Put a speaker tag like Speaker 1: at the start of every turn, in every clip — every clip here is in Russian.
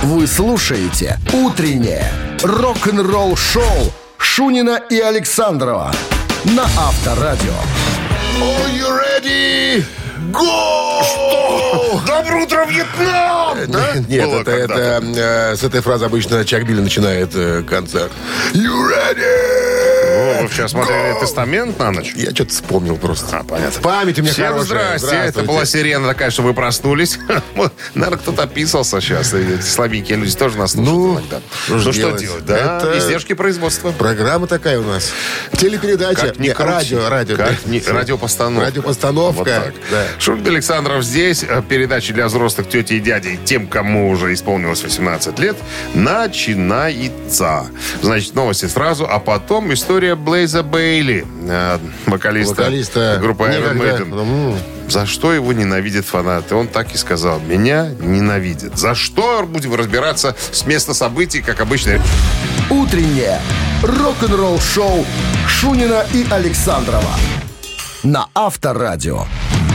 Speaker 1: Вы слушаете «Утреннее рок-н-ролл-шоу» Шунина и Александрова на Авторадио.
Speaker 2: Are you ready? Go! Что? Доброе утро, Вьетнам! Да? Нет, это с этой фразы обычно Чак Билли начинает концерт. You ready?
Speaker 3: Вы вчера смотрели «Тестамент» на ночь?
Speaker 2: Я что-то вспомнил просто.
Speaker 3: Понятно.
Speaker 2: Память у меня
Speaker 3: Всем
Speaker 2: хорошая.
Speaker 3: здрасте. Это была сирена такая, что вы проснулись. Наверное, кто-то описался сейчас. Слабенькие люди тоже нас слушают иногда. Ну, что делать? Да, издержки производства.
Speaker 2: Программа такая у нас. Телепередача. Радио.
Speaker 3: Радиопостановка.
Speaker 2: Радиопостановка.
Speaker 3: Вот так.
Speaker 2: Да.
Speaker 3: Шунин Александров здесь. Передача для взрослых тети и дядей. Тем, кому уже исполнилось 18 лет, начинается. Значит, новости сразу, а потом история Блейза Бейли, вокалиста группы Iron Maiden. За что его ненавидят фанаты? Он так и сказал: меня ненавидят. За что? Будем разбираться с места событий, как обычно.
Speaker 1: Утреннее рок-н-ролл-шоу Шунина и Александрова на Авторадио.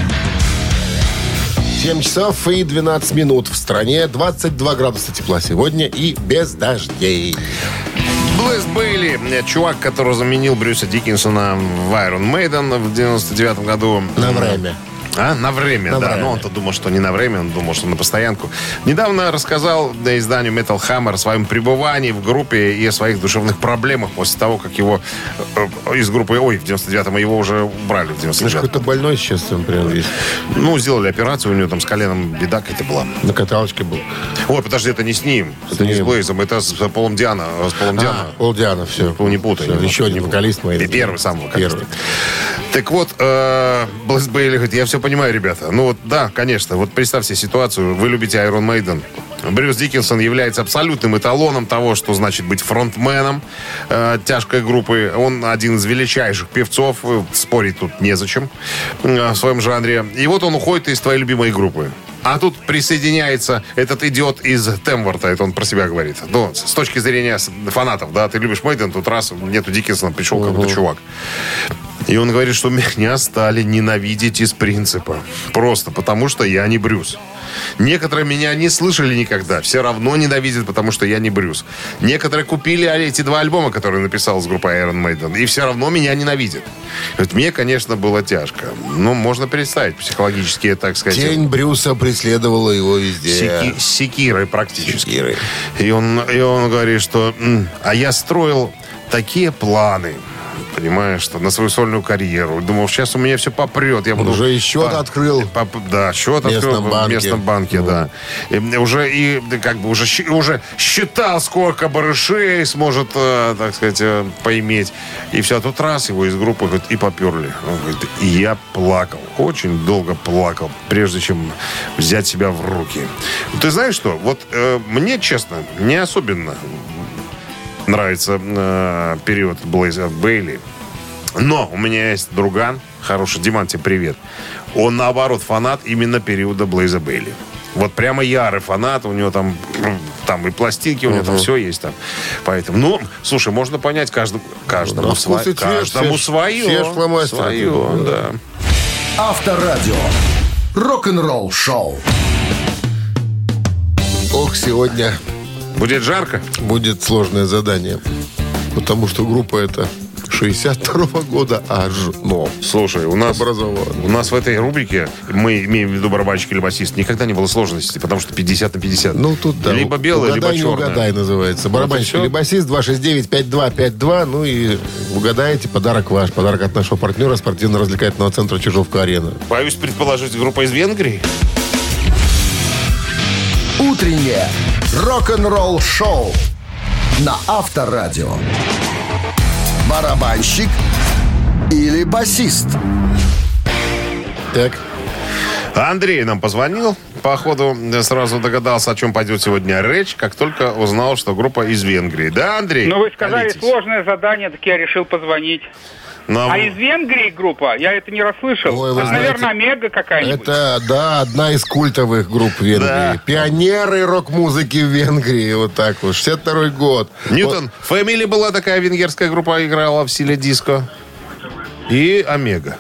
Speaker 2: 7 часов и 12 минут в стране. 22 градуса тепла сегодня и без дождей.
Speaker 3: Блейз Бейли, чувак, который заменил Брюса Диккинсона в Iron Maiden в 99 году.
Speaker 2: На время.
Speaker 3: На время, да. Но он-то думал, что не на время, он думал, что на постоянку. Недавно рассказал изданию Metal Hammer о своем пребывании в группе и о своих душевных проблемах после того, как его из группы, в 99-м его уже убрали в 99-м.
Speaker 2: Какой-то больной сейчас он прям весь.
Speaker 3: Сделали операцию, у него там с коленом беда какая-то была.
Speaker 2: На каталочке был.
Speaker 3: Ой, подожди, это не с ним. Это не с Блейзом, это с Полом Диана.
Speaker 2: Пол Диана, все.
Speaker 3: Не путай.
Speaker 2: Еще один вокалист мой.
Speaker 3: Первый самый вокалист. Так вот, Блейз Бейли говорит: я все понимаю, ребята. Да, конечно. Вот представьте ситуацию. Вы любите Iron Maiden. Брюс Диккинсон является абсолютным эталоном того, что значит быть фронтменом тяжкой группы. Он один из величайших певцов. Спорить тут незачем в своем жанре. И вот он уходит из твоей любимой группы. А тут присоединяется этот идиот из Темворта, это он про себя говорит. С точки зрения фанатов, да, ты любишь Мейден, тут раз нету Диккинсона, пришел какой-то чувак. И он говорит, что меня стали ненавидеть из принципа. Просто потому, что я не Брюс. Некоторые меня не слышали никогда, все равно ненавидят, потому что я не Брюс. Некоторые купили эти 2 альбома, которые написал с группой Iron Maiden, и все равно меня ненавидят. Мне, конечно, было тяжко. Можно представить психологически, так сказать.
Speaker 2: Тень Брюса преследовала его везде.
Speaker 3: Секирой практически.
Speaker 2: Секирой.
Speaker 3: И он говорит, что а я строил такие планы, понимаешь, что на свою сольную карьеру. Думал, сейчас у меня все попрет. Я буду...
Speaker 2: Уже и счет открыл.
Speaker 3: Да, счет открыл в местном банке, да. И уже считал, сколько барышей сможет, так сказать, поиметь. И все, тут раз его из группы говорит, и поперли. Он говорит, и я плакал. Очень долго плакал, прежде чем взять себя в руки. Ты знаешь что? Вот мне, честно, не особенно нравится период Блейза Бейли. Но у меня есть друган, хороший, Диман, тебе привет. Он, наоборот, фанат именно периода Блейза Бейли. Вот прямо ярый фанат. У него там и пластинки, у него там все есть там. Поэтому, слушай, можно понять каждому свое. Свое, да.
Speaker 1: Авторадио. Рок-н-ролл шоу.
Speaker 2: Сегодня
Speaker 3: будет жарко?
Speaker 2: Будет сложное задание. Потому что группа эта 62-го года аж.
Speaker 3: Слушай, у нас в этой рубрике, мы имеем в виду барабанщик или басист, никогда не было сложности, потому что 50 на 50.
Speaker 2: Тут да.
Speaker 3: Либо белое,
Speaker 2: угадай,
Speaker 3: либо черное.
Speaker 2: Угадай называется. Барабанщик или басист 269-5252. И угадаете, подарок ваш. Подарок от нашего партнера спортивно-развлекательного центра Чижовка-Арена.
Speaker 3: Боюсь предположить, группа из Венгрии.
Speaker 1: Утреннее рок-н-ролл шоу на Авторадио. Барабанщик или басист?
Speaker 2: Так.
Speaker 3: Андрей нам позвонил. Походу, сразу догадался, о чем пойдет сегодня речь, как только узнал, что группа из Венгрии. Да, Андрей?
Speaker 4: Вы сказали, сложное задание, так я решил позвонить. Из Венгрии группа? Я это не расслышал. Это, наверное, Омега какая-нибудь.
Speaker 2: Это, да, одна из культовых групп Венгрии. Да. Пионеры рок-музыки в Венгрии. Вот так вот. 62-й год.
Speaker 3: Ньютон. Фэмили была такая венгерская группа, играла в стиле диско. И Омега.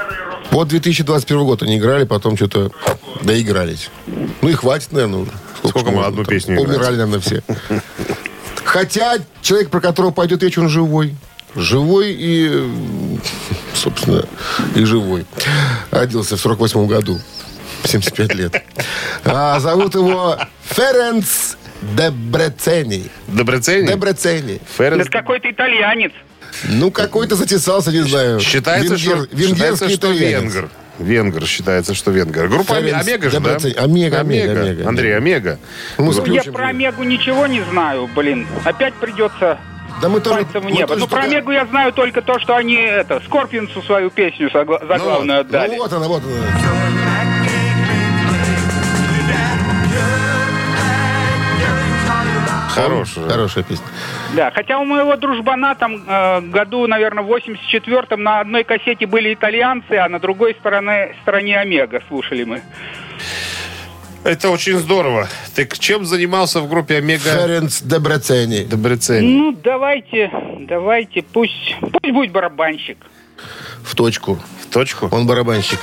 Speaker 2: Вот 2021 год они играли, потом что-то доигрались. И хватит, наверное, уже.
Speaker 3: Сколько мы одну песню играть?
Speaker 2: Умирали, наверное, все. Хотя человек, про которого пойдет речь, он живой. Живой и, собственно, и живой. Родился в 48 году. 75 лет. Зовут его Ференц Дебрецени.
Speaker 3: Дебрецени?
Speaker 2: Дебрецени.
Speaker 4: Это какой-то итальянец.
Speaker 2: Ну, какой-то затесался, не знаю.
Speaker 3: Считается, что венгер. Венгер считается, что венгер. Группа Омега же, да?
Speaker 2: Омега.
Speaker 3: Андрей, Омега.
Speaker 4: Я про Омегу ничего не знаю, блин. Опять придется...
Speaker 2: Да мы тоже...
Speaker 4: Пальцем в небо. Ну, про Омегу я знаю только то, что они Скорпионсу свою песню заглавную отдали.
Speaker 2: Ну, вот она. Хорошая песня.
Speaker 4: Да, хотя у моего дружбана там году, наверное, в 84-м на одной кассете были итальянцы, а на другой стороне Омега слушали мы.
Speaker 3: Это очень здорово. Ты чем занимался в группе Омега?
Speaker 2: Ференц Дебрецени.
Speaker 4: Ну, давайте, пусть будет барабанщик.
Speaker 2: В точку. Он барабанщик.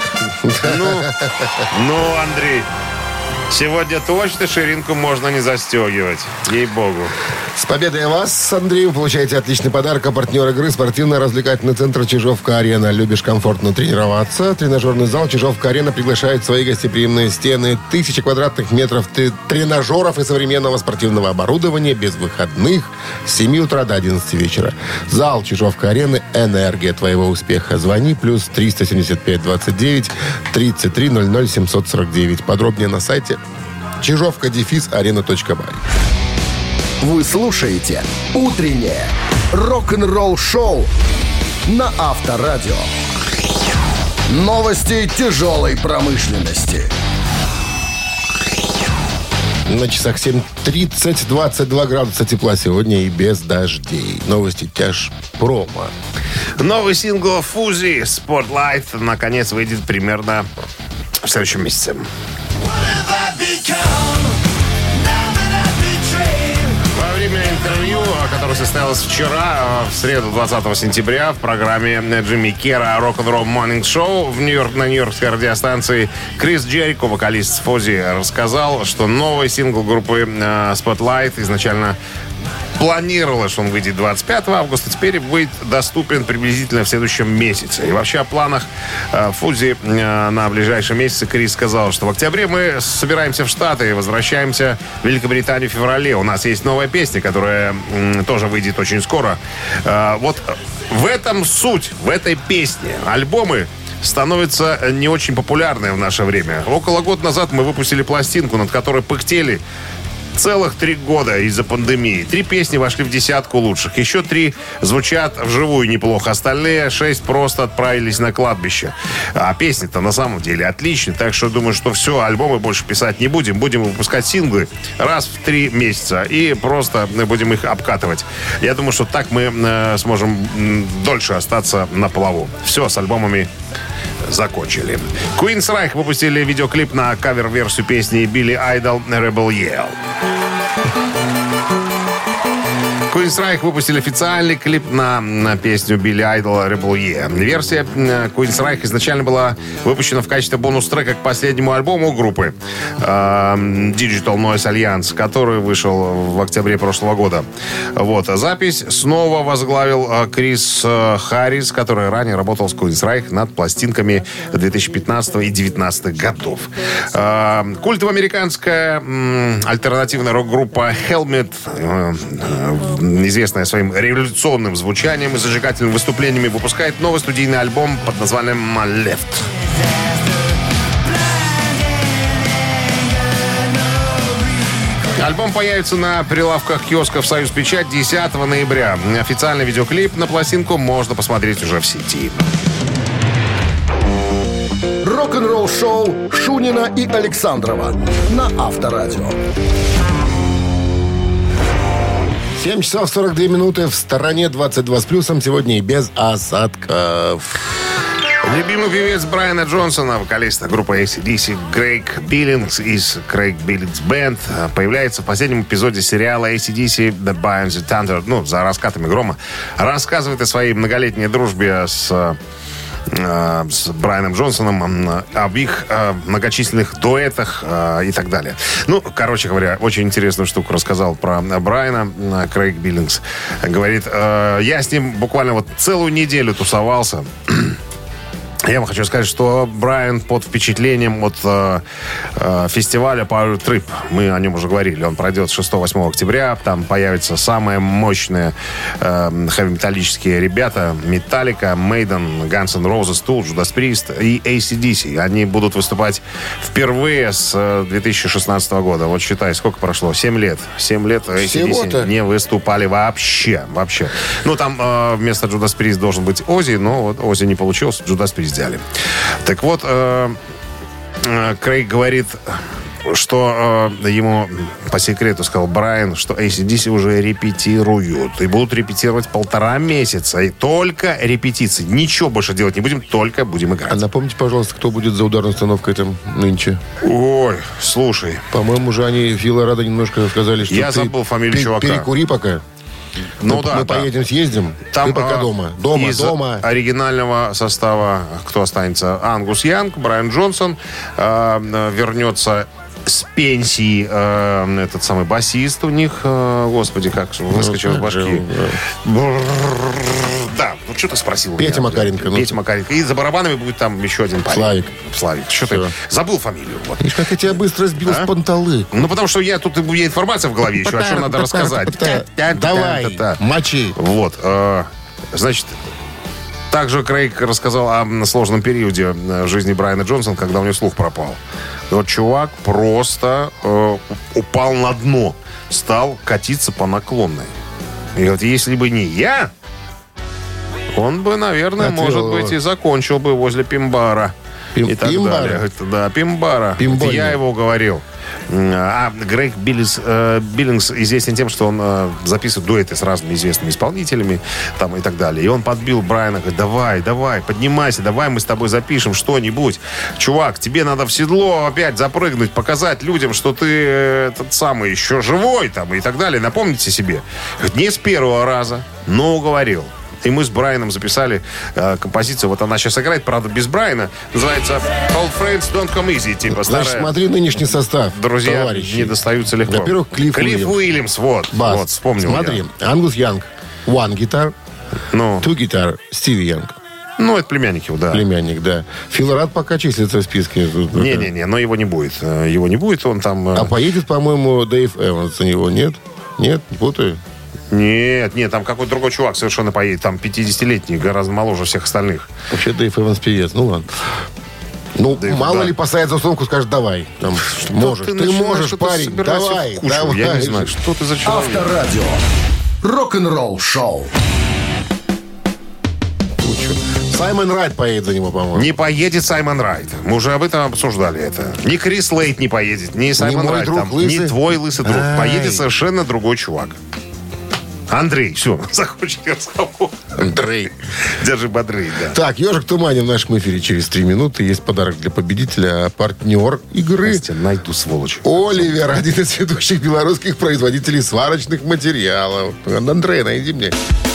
Speaker 3: Ну, Андрей... Сегодня точно ширинку можно не застегивать. Ей-богу.
Speaker 2: С победой вас, Андрей, вы получаете отличный подарок. А партнер игры — спортивно-развлекательный центр «Чижовка-арена». Любишь комфортно тренироваться? Тренажерный зал «Чижовка-арена» приглашает в свои гостеприимные стены. 1000 квадратных метров тренажеров и современного спортивного оборудования без выходных с 7 утра до 11 вечера. Зал «Чижовка-арены» — энергия твоего успеха. Звони +3 175 29 33 00 749. Подробнее на сайте чижовка-арена.бай.
Speaker 1: Вы слушаете «Утреннее рок-н-ролл-шоу» на Авторадио. Новости тяжелой промышленности.
Speaker 2: На часах 7:30, 22 градуса тепла сегодня и без дождей. Новости тяжпрома.
Speaker 3: Новый сингл Фузи «Spotlight» наконец выйдет примерно в следующем месяце. Во время интервью, которое состоялось вчера, в среду 20 сентября, в программе Джимми Керра «Rock-and-Roll Morning Show» на нью-йоркской радиостанции, Крис Джерико, вокалист Фузи, рассказал, что новый сингл группы Spotlight изначально планировалось, что он выйдет 25 августа, теперь будет доступен приблизительно в следующем месяце. И вообще о планах Фузи на ближайшие месяцы Крис сказал, что в октябре мы собираемся в Штаты и возвращаемся в Великобританию в феврале. У нас есть новая песня, которая тоже выйдет очень скоро. Вот в этом суть, в этой песне. Альбомы становятся не очень популярны в наше время. Около года назад мы выпустили пластинку, над которой пыхтели целых 3 года из-за пандемии. 3 песни вошли в 10 лучших. Еще 3 звучат вживую неплохо. Остальные 6 просто отправились на кладбище. А песни-то на самом деле отличные. Так что думаю, что все, альбомы больше писать не будем. Будем выпускать синглы раз в 3 месяца. И просто будем их обкатывать. Я думаю, что так мы сможем дольше остаться на плаву. Все, с альбомами закончили. Queensryche выпустили видеоклип на кавер-версию песни Билли Айдол «Rebel Yell». Queensryche выпустили официальный клип на песню Билли Айдола «Rebel Yell». Версия Queensryche изначально была выпущена в качестве бонус-трека к последнему альбому группы Digital Noise Alliance, который вышел в октябре прошлого года. Вот. Запись снова возглавил Крис Харрис, который ранее работал с Queensryche над пластинками 2015 и 2019 годов. Культовая американская альтернативная рок-группа Helmet, известная своим революционным звучанием и зажигательными выступлениями, выпускает новый студийный альбом под названием «Left». Альбом появится на прилавках киосков «Союз Печать» 10 ноября. Официальный видеоклип на пластинку можно посмотреть уже в сети.
Speaker 1: Рок-н-ролл-шоу Шунина и Александрова на Авторадио.
Speaker 2: 7 часов 42 минуты, в стороне 22 с плюсом, сегодня и без осадков.
Speaker 3: Любимый певец Брайана Джонсона, вокалиста группы AC/DC Крейг Биллингс из Крейг Биллингс Бэнд, появляется в последнем эпизоде сериала AC/DC The Beyond the Thunder, за раскатами грома. Рассказывает о своей многолетней дружбе с с Брайаном Джонсоном, об их многочисленных дуэтах и так далее. Ну, короче говоря, очень интересную штуку рассказал про Брайана Крейг Биллингс. Говорит, я с ним буквально вот целую неделю тусовался. Я вам хочу сказать, что Брайан под впечатлением от фестиваля Power Trip. Мы о нем уже говорили. Он пройдет 6-8 октября. Там появятся самые мощные хэви-металлические ребята. Metallica, Maiden, Guns N' Roses, Tool, Judas Priest и AC/DC. Они будут выступать впервые с 2016 года. Вот считай, сколько прошло? 7 лет. 7 лет AC/DC не выступали вообще. Ну, там вместо Judas Priest должен быть Оззи, но вот Оззи не получилось. Judas Priest взяли. Так вот, Крейг говорит, что ему по секрету сказал Брайан, что AC/DC уже репетируют. И будут репетировать 1,5 месяца. И только репетиции. Ничего больше делать не будем, только будем играть.
Speaker 2: А напомните, пожалуйста, кто будет за ударной установкой там нынче?
Speaker 3: Ой, слушай.
Speaker 2: По-моему, же они Фила Рада немножко сказали, что
Speaker 3: я забыл фамилию чувака.
Speaker 2: Перекури пока.
Speaker 3: Ну,
Speaker 2: мы поедем, съездим.
Speaker 3: Там,
Speaker 2: ты пока дома.
Speaker 3: Из оригинального состава кто останется? Ангус Янг, Брайан Джонсон. Вернется с пенсии этот самый басист у них. Господи, как выскочил из башки. Да, ну что ты спросил?
Speaker 2: Петя Макаренко.
Speaker 3: Петя Макаренко. И за барабанами будет там еще один парень. Славик. Что ты? Забыл фамилию. Вот.
Speaker 2: Видишь, как я тебя быстро сбил с панталы.
Speaker 3: Ну, потому что тут у меня информация в голове еще, о чем надо рассказать.
Speaker 2: Давай, мочи.
Speaker 3: Вот. Значит, также Крейг рассказал о сложном периоде в жизни Брайана Джонсона, когда у него слух пропал. Вот чувак просто упал на дно, стал катиться по наклонной. И вот если бы не я, он бы, наверное, может быть, и закончил бы возле пимбара. И так далее. Да, пимбара. Это я его говорил. А Крейг Биллингс известен тем, что он записывает дуэты с разными известными исполнителями там, и так далее. И он подбил Брайана, говорит, давай, поднимайся, давай мы с тобой запишем что-нибудь. Чувак, тебе надо в седло опять запрыгнуть, показать людям, что ты этот самый еще живой там, и так далее. Напомните себе. Не с первого раза, но уговорил. И мы с Брайаном записали композицию. Вот она сейчас играет, правда, без Брайана. Называется Old Friends Don't Come Easy. Типа старая.
Speaker 2: Значит, смотри нынешний состав.
Speaker 3: Друзья
Speaker 2: товарищи
Speaker 3: не достаются легко.
Speaker 2: Во-первых, Клифф
Speaker 3: Уильямс. Вот, вспомнил.
Speaker 2: Смотри, Ангус Янг. One guitar, two guitar, Стиви Янг.
Speaker 3: Ну, это племянник его, да.
Speaker 2: Племянник, да. Фил Рад пока числится в списке.
Speaker 3: Не, но его не будет. Он там...
Speaker 2: А поедет, по-моему, Дэйв Эванс. У него нет? Нет, не путаю.
Speaker 3: Нет, там какой-то другой чувак совершенно поедет. Там 50-летний, гораздо моложе всех остальных.
Speaker 2: Вообще Дэйв Эванс певец. Ну, ладно. Ну, Дэйв, мало ли посадят за сумку, скажет, давай. Там, ты можешь, парень, давай.
Speaker 3: Я не знаю, что ты за человек.
Speaker 1: Авторадио. Рок-н-ролл шоу.
Speaker 2: Саймон Райт поедет за него, по-моему.
Speaker 3: Не поедет Саймон Райт. Мы уже об этом обсуждали это. Ни Крис Лейт не поедет, ни Саймон Райт. Там, ни твой лысый друг. Поедет совершенно другой чувак. Андрей, все, закончили разговор.
Speaker 2: Андрей.
Speaker 3: Держи бодрый, да.
Speaker 2: Так, «Ежик в тумане» в нашем эфире через 3 минуты. Есть подарок для победителя. Партнер игры.
Speaker 3: Настя, найду, сволочь.
Speaker 2: Оливер, один из ведущих белорусских производителей сварочных материалов. Андрей, найди мне.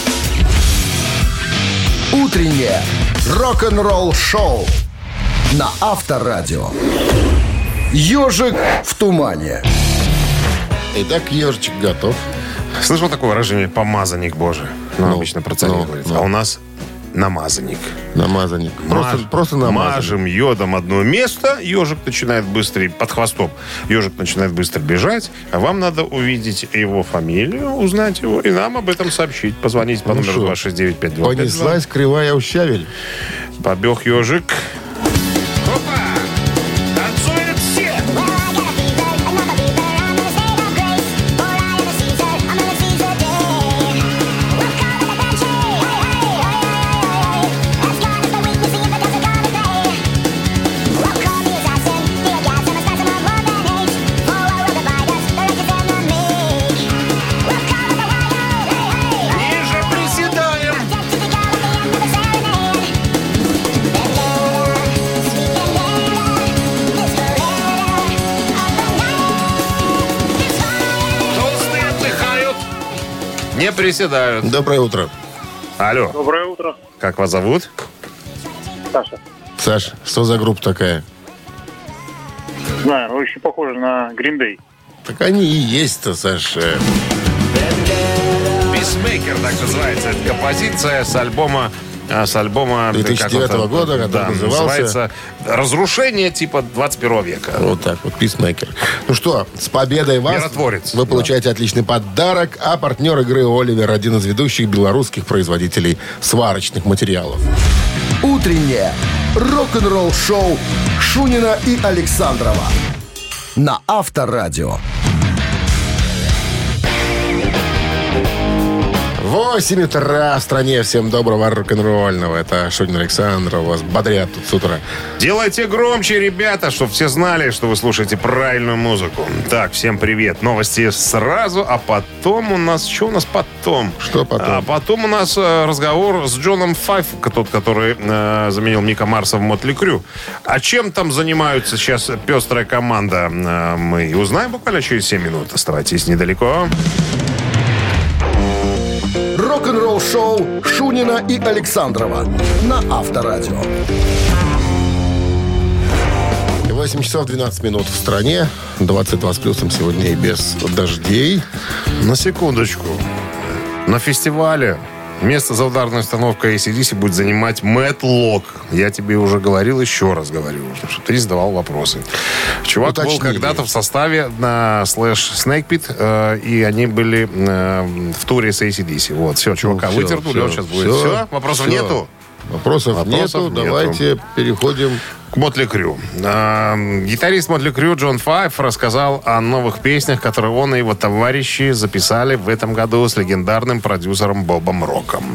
Speaker 1: Утреннее рок-н-ролл шоу на Авторадио. «Ежик в тумане».
Speaker 2: Итак, ежичек готов.
Speaker 3: Слышал такое выражение «помазанник Божий»? Обычно про царей говорится. А у нас намазанник.
Speaker 2: Намазанник. Просто намазанник.
Speaker 3: Мажем йодом одно место, ежик начинает быстро, под хвостом, ежик начинает быстро бежать, а вам надо увидеть его фамилию, узнать его, и нам об этом сообщить. Позвоните по номеру 269-5252.
Speaker 2: Понеслась кривая ущавель.
Speaker 3: Побег ежик.
Speaker 2: Не приседают. Доброе утро.
Speaker 3: Алло.
Speaker 5: Доброе утро.
Speaker 3: Как вас зовут?
Speaker 5: Саша.
Speaker 2: Саш, что за группа такая?
Speaker 5: Знаю, очень похоже на Green Day.
Speaker 2: Так они и есть-то, Саш.
Speaker 3: «Peacemaker» так называется. Это композиция с альбома
Speaker 2: 2009 года, который
Speaker 3: называется «Разрушение типа 21 века».
Speaker 2: Вот так вот, «Peacemaker». Ну что, с победой вас.
Speaker 3: Миротворец.
Speaker 2: Вы получаете отличный подарок, а партнер игры «Оливер» — один из ведущих белорусских производителей сварочных материалов.
Speaker 1: Утреннее рок-н-ролл-шоу Шунина и Александрова на Авторадио.
Speaker 2: 8 утра в стране. Всем доброго рок-н-ролльного. Это Шунин Александров. Вас бодрят тут с утра.
Speaker 3: Делайте громче, ребята, чтобы все знали, что вы слушаете правильную музыку. Так, всем привет. Новости сразу, а потом у нас... Что у нас потом?
Speaker 2: Что потом?
Speaker 3: А потом у нас разговор с Джоном Файф, тот, который заменил Мика Марса в Мотли Крю. А чем там занимаются сейчас пестрая команда? Мы узнаем буквально через 7 минут. Оставайтесь недалеко.
Speaker 1: Рок-н-ролл-шоу Шунина и Александрова на Авторадио.
Speaker 2: 8 часов 12 минут в стране. 22 с плюсом сегодня и без дождей.
Speaker 3: На секундочку. На фестивале место за ударной установкой AC/DC будет занимать Мэтт Лок. Я тебе уже говорил, еще раз говорю, чтобы ты не задавал вопросы. Чувак был когда-то в составе на Snake Pit, и они были в туре с AC/DC. Вот, все, чувака вытернули, он сейчас будет. Все, вопросов нету?
Speaker 2: Вопросов нету. Давайте переходим
Speaker 3: к Мотли Крю. Гитарист Мотли Крю Джон Файф рассказал о новых песнях, которые он и его товарищи записали в этом году с легендарным продюсером Бобом Роком.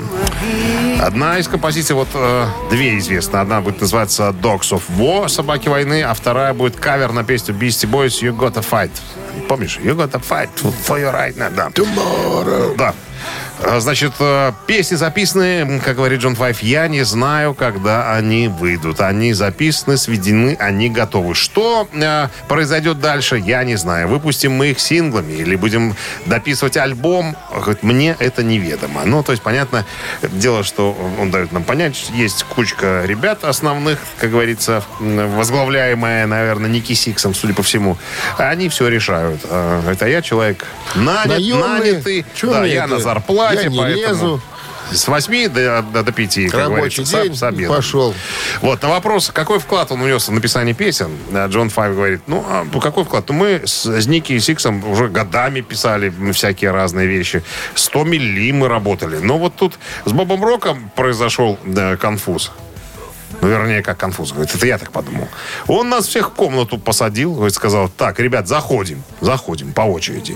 Speaker 3: Одна из композиций, две известны. Одна будет называться Dogs of War, собаки войны, а вторая будет кавер на песню Beastie Boys You Gotta Fight. Помнишь? You Gotta Fight for your right now. Да.
Speaker 2: Tomorrow.
Speaker 3: Да. Значит, песни записаны, как говорит Джон Файф, я не знаю, когда они выйдут. Они записаны, сведены, они готовы. Что произойдет дальше, я не знаю. Выпустим мы их синглами или будем дописывать альбом, мне это неведомо. Ну, то есть, понятно, дело, что он дает нам понять, есть кучка ребят основных, как говорится, возглавляемая, наверное, Ники Сиксом, судя по всему. Они все решают. Это я человек нанятый. Да, я на зарплате.
Speaker 2: Я не лезу.
Speaker 3: С 8 до 5, как
Speaker 2: рабочий
Speaker 3: говорится,
Speaker 2: день пошел.
Speaker 3: Вот, на вопрос, какой вклад он внес в написание песен, Джон Файф говорит, какой вклад? Мы с Ники и Сиксом уже годами писали всякие разные вещи. 100 милли мы работали. Но вот тут с Бобом Роком произошел конфуз. Вернее, как конфуз. Говорит, это я так подумал. Он нас всех в комнату посадил, говорит, сказал, так, ребят, заходим по очереди.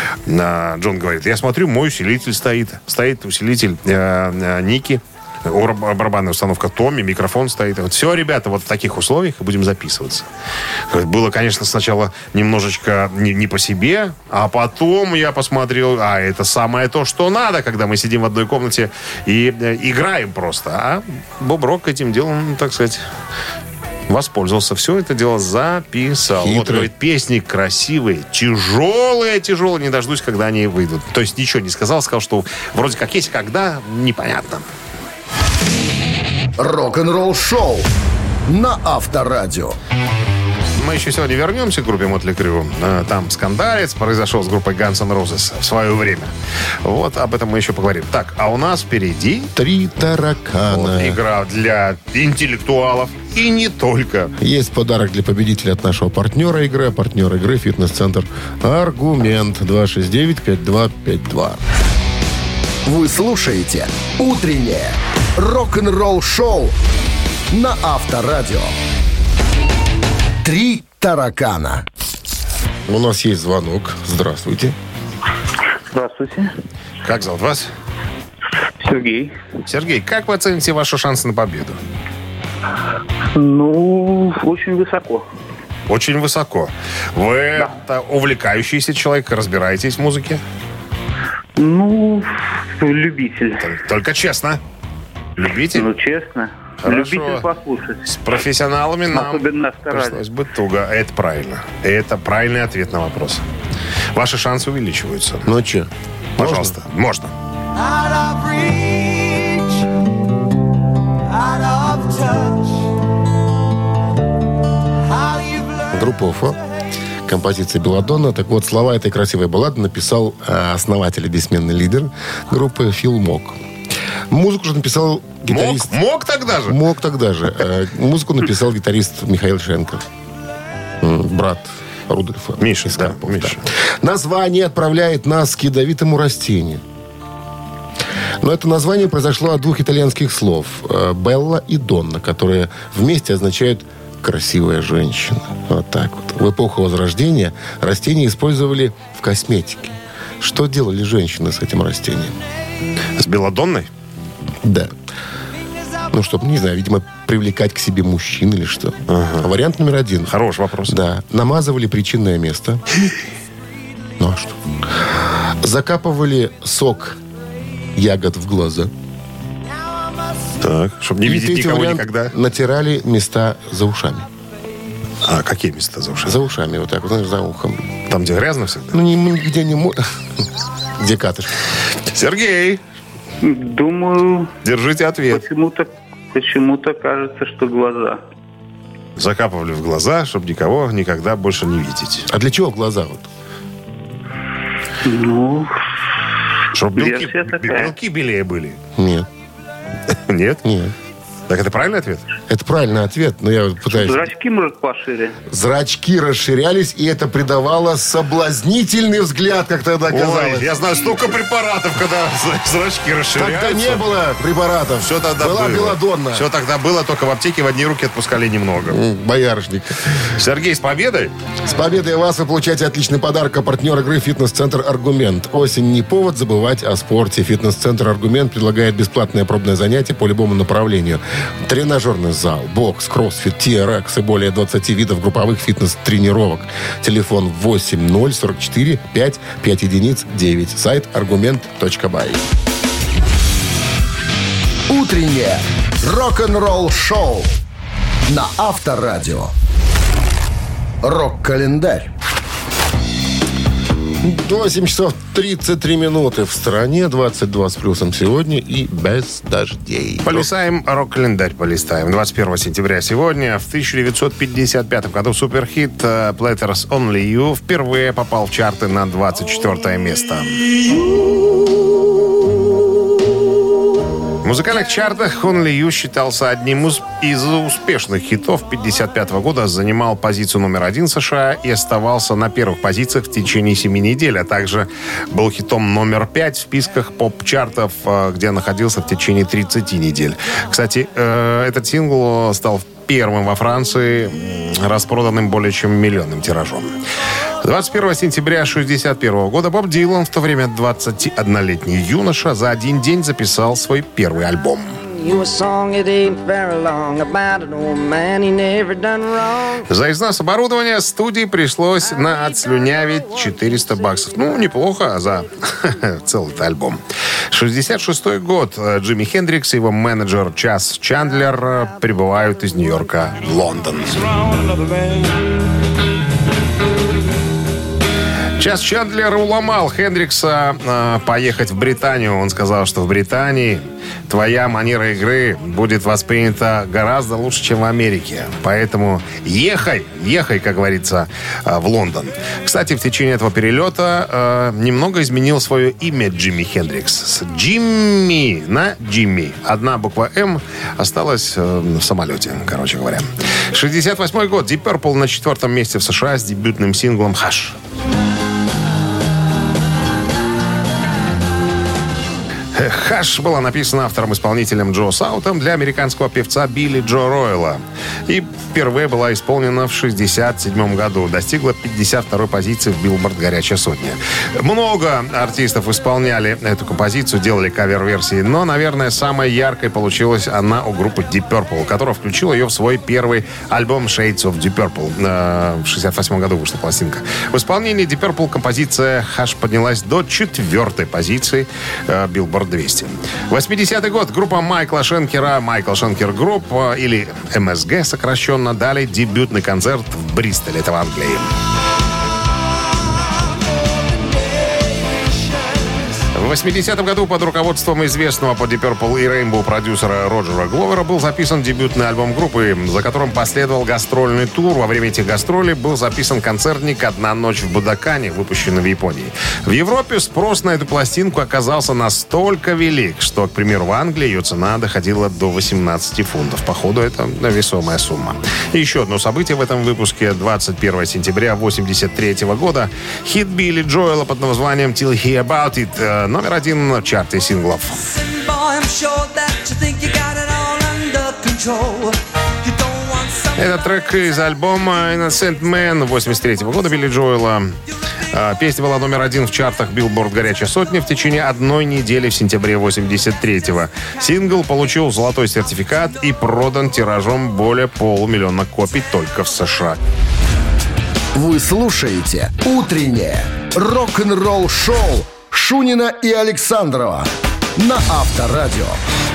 Speaker 3: Джон говорит, я смотрю, мой усилитель стоит. Стоит усилитель Ники, барабанная установка Томми, микрофон стоит. Вот, все, ребята, вот в таких условиях будем записываться. Было, конечно, сначала немножечко не по себе, а потом я посмотрел, это самое то, что надо, когда мы сидим в одной комнате и играем просто. А Боб Рок этим делом, так сказать, воспользовался. Все это дело записал.
Speaker 2: Хитрый.
Speaker 3: Вот, говорит, песни красивые, тяжелые, не дождусь, когда они выйдут. То есть ничего не сказал, что вроде как есть, когда, непонятно.
Speaker 1: Рок-н-ролл-шоу на Авторадио.
Speaker 3: Мы еще сегодня вернемся к группе Мотли Крю. Там скандалец произошел с группой Guns N' Roses в свое время. Вот об этом мы еще поговорим. Так, а у нас впереди
Speaker 2: 3 таракана.
Speaker 3: Игра для интеллектуалов и не только.
Speaker 2: Есть подарок для победителя от нашего партнера игры. Партнер игры «Фитнес-центр Аргумент». 269-5252.
Speaker 1: Вы слушаете «Утреннее рок-н-ролл-шоу» на Авторадио. 3 таракана.
Speaker 2: У нас есть звонок. Здравствуйте.
Speaker 5: Здравствуйте.
Speaker 3: Как зовут вас?
Speaker 5: Сергей.
Speaker 3: Сергей, как вы оцените ваши шансы на победу?
Speaker 5: Очень высоко.
Speaker 3: Очень высоко. Вы увлекающийся человек, разбираетесь в музыке?
Speaker 5: Любитель.
Speaker 3: Только честно. Любитель?
Speaker 5: Честно.
Speaker 3: Хорошо.
Speaker 5: Любитель послушать.
Speaker 3: С профессионалами нам
Speaker 5: особенно старались.
Speaker 3: пришлось бы туго. Это правильно. Это правильный ответ на вопрос. Ваши шансы увеличиваются.
Speaker 2: Ну че?
Speaker 3: Пожалуйста. Можно.
Speaker 6: Out of reach, out of touch.
Speaker 2: Группа «Уфо». Композиция «Белладонна». Так вот, слова этой красивой баллады написал основатель и бессменный лидер группы Фил Мок. Музыку же написал гитарист...
Speaker 3: Мог тогда же?
Speaker 2: Мог тогда же. Музыку написал гитарист Михаил Шенкер. Брат Рудольфа.
Speaker 3: Миша,
Speaker 2: да. Название отправляет нас к ядовитому растению. Но это название произошло от двух итальянских слов. «Белла» и «Донна», которые вместе означают «красивая женщина». Вот так вот. В эпоху Возрождения растения использовали в косметике. Что делали женщины с этим растением?
Speaker 3: С белладонной?
Speaker 2: Да. Ну, чтобы, не знаю, видимо, привлекать к себе мужчин или что. Ага. Вариант номер 1.
Speaker 3: Хороший вопрос.
Speaker 2: Да. Намазывали причинное место. Ну, а что? Закапывали сок ягод в глаза.
Speaker 3: Так, чтобы не видеть никого
Speaker 2: вариант,
Speaker 3: никогда.
Speaker 2: Натирали места за ушами.
Speaker 3: А какие места за ушами?
Speaker 2: За ушами, вот так вот, знаешь, за ухом.
Speaker 3: Там, где грязно всегда?
Speaker 2: Ну, нигде не можно. Где катышки?
Speaker 3: Сергей!
Speaker 5: Думаю...
Speaker 3: Держите ответ.
Speaker 5: Почему-то кажется, что глаза.
Speaker 3: Закапывали в глаза, чтобы никого никогда больше не видеть.
Speaker 2: А для чего в глаза вот?
Speaker 5: Ну...
Speaker 3: Чтобы белки белее были.
Speaker 2: Нет.
Speaker 3: Нет?
Speaker 2: Нет.
Speaker 3: Так это правильный ответ?
Speaker 2: Это правильный ответ, но я пытаюсь...
Speaker 5: Зрачки, может, пошире.
Speaker 2: Зрачки расширялись, и это придавало соблазнительный взгляд, как тогда казалось.
Speaker 3: Ой, я знаю столько препаратов, когда зрачки расширяются.
Speaker 2: Тогда не было препаратов.
Speaker 3: Все тогда
Speaker 2: была
Speaker 3: было.
Speaker 2: белладонна.
Speaker 3: Все тогда было, только в аптеке в одни руки отпускали немного.
Speaker 2: Боярышник.
Speaker 3: Сергей, с победой!
Speaker 2: С победой вас вы получаете отличный подарок. А партнер игры «Фитнес-центр Аргумент». Осень не повод забывать о спорте. «Фитнес-центр Аргумент» предлагает бесплатное пробное занятие по любому направлению. Тренажерный зал, бокс, кроссфит, TRX и более 20 видов групповых фитнес-тренировок. Телефон 8044 5 единиц 9. Сайт argument.by.
Speaker 1: Утреннее рок-н-ролл-шоу на Авторадио. Рок-календарь.
Speaker 2: 8 часов 33 минуты в стране, 22 с плюсом сегодня и без дождей.
Speaker 3: Полистаем рок-календарь, полистаем. 21 сентября сегодня, в 1955 году, суперхит «Letters Only You» впервые попал в чарты на 24 место. В музыкальных чартах «Only You» считался одним из успешных хитов 1955 года, занимал позицию номер 1 в США и оставался на первых позициях в течение 7 недель, а также был хитом номер 5 в списках поп-чартов, где находился в течение 30 недель. Кстати, этот сингл стал первым во Франции, распроданным более чем миллионным тиражом. 21 сентября 1961 года Боб Дилан, в то время 21-летний юноша, за один день записал свой первый альбом. За износ оборудования студии пришлось отслюнявить $400. Ну, неплохо за целый-то альбом. 66 год. Джимми Хендрикс и его менеджер Чаз Чандлер прибывают из Нью-Йорка в Лондон. Чаз Чандлер уломал Хендрикса поехать в Британию. Он сказал, что в Британии твоя манера игры будет воспринята гораздо лучше, чем в Америке. Поэтому ехай, как говорится, в Лондон. Кстати, в течение этого перелета немного изменил свое имя Джимми Хендрикс. С Джимми на Джимми. Одна буква «М» осталась в самолете, короче говоря. 68 год. Deep Purple на 4 месте в США с дебютным синглом «Hush». «Хаш» была написана автором-исполнителем Джо Саутом для американского певца Билли Джо Ройла. И впервые была исполнена в 1967 году. Достигла 52-й позиции в Billboard «Горячая сотня». Много артистов исполняли эту композицию, делали кавер-версии, но, наверное, самой яркой получилась она у группы Deep Purple, которая включила ее в свой первый альбом Shades of Deep Purple. В 1968 году вышла пластинка. В исполнении Deep Purple композиция «Хаш» поднялась до 4-й позиции Billboard 200. 80-й год. Группа Майкла Шенкера, Майкл Шенкер Групп, или МСГ сокращенно, дали дебютный концерт в Бристоле, это в Англии. В В 80-м году под руководством известного по Deep Purple и Rainbow продюсера Роджера Гловера был записан дебютный альбом группы, за которым последовал гастрольный тур. Во время этих гастролей был записан концертник «Одна ночь в Будакане», выпущенный в Японии. В Европе спрос на эту пластинку оказался настолько велик, что, к примеру, в Англии ее цена доходила до 18 фунтов. Походу, это весомая сумма. И еще одно событие в этом выпуске. 21 сентября 1983 года хит Билли Джоэла под названием «Till Hear About It» номер 1 в чарте синглов. Это трек из альбома Innocent Man 83 года Билли Джоэла. Песня была номер 1 в чартах Billboard «Горячая сотня» в течение одной недели в сентябре 83-го. Сингл получил золотой сертификат и продан тиражом более 500 000 копий только в США.
Speaker 1: Вы слушаете «Утреннее рок-н-ролл-шоу» Шунина и Александрова на Авторадио.